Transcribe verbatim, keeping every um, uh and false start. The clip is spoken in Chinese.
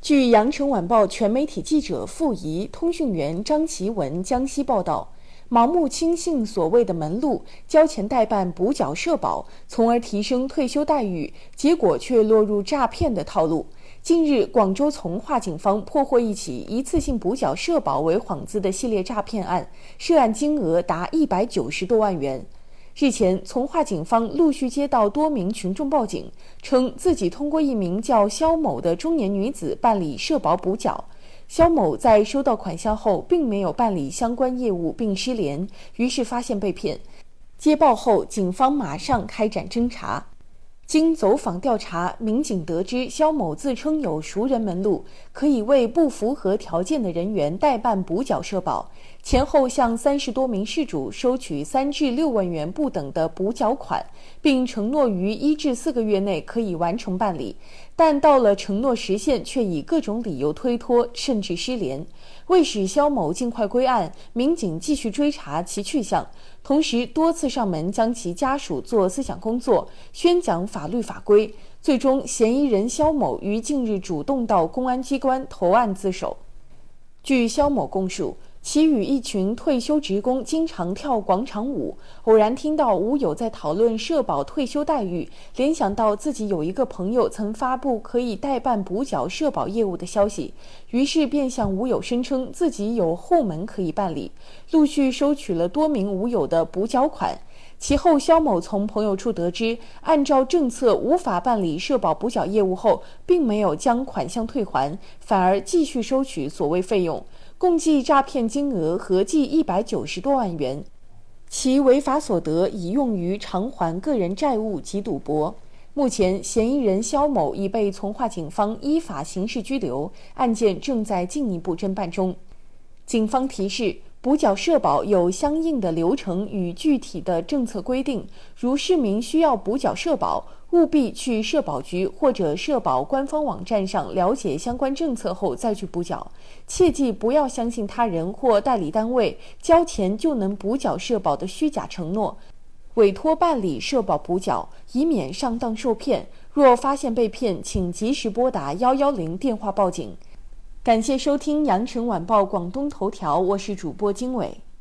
据羊城晚报全媒体记者傅怡、通讯员张其文江西报道，盲目轻信所谓的门路，交钱代办补缴社保，从而提升退休待遇，结果却落入诈骗的套路。近日，广州从化警方破获一起一次性补缴社保为幌子的系列诈骗案，涉案金额达一百九十多万元。日前，从化警方陆续接到多名群众报警，称自己通过一名叫肖某的中年女子办理社保补缴。肖某在收到款项后，并没有办理相关业务并失联，于是发现被骗。接报后，警方马上开展侦查。经走访调查，民警得知肖某自称有熟人门路，可以为不符合条件的人员代办补缴社保，前后向三十多名事主收取三至六万元不等的补缴款，并承诺于一至四个月内可以完成办理，但到了承诺时限，却以各种理由推脱，甚至失联。为使肖某尽快归案，民警继续追查其去向，同时多次上门将其家属做思想工作，宣讲法律法规。最终，嫌疑人肖某于近日主动到公安机关投案自首。据肖某供述，其与一群退休职工经常跳广场舞，偶然听到舞友在讨论社保退休待遇，联想到自己有一个朋友曾发布可以代办补缴社保业务的消息，于是便向舞友声称自己有后门可以办理，陆续收取了多名舞友的补缴款。其后，肖某从朋友处得知，按照政策无法办理社保补缴业务后，并没有将款项退还，反而继续收取所谓费用，共计诈骗金额合计一百九十多万元。其违法所得已用于偿还个人债务及赌博。目前，嫌疑人肖某已被从化警方依法刑事拘留，案件正在进一步侦办中。警方提示，补缴社保有相应的流程与具体的政策规定，如市民需要补缴社保，务必去社保局或者社保官方网站上了解相关政策后再去补缴。切记不要相信他人或代理单位交钱就能补缴社保的虚假承诺，委托办理社保补缴，以免上当受骗。若发现被骗，请及时拨打一一零电话报警。感谢收听羊城晚报广东头条，我是主播经纬。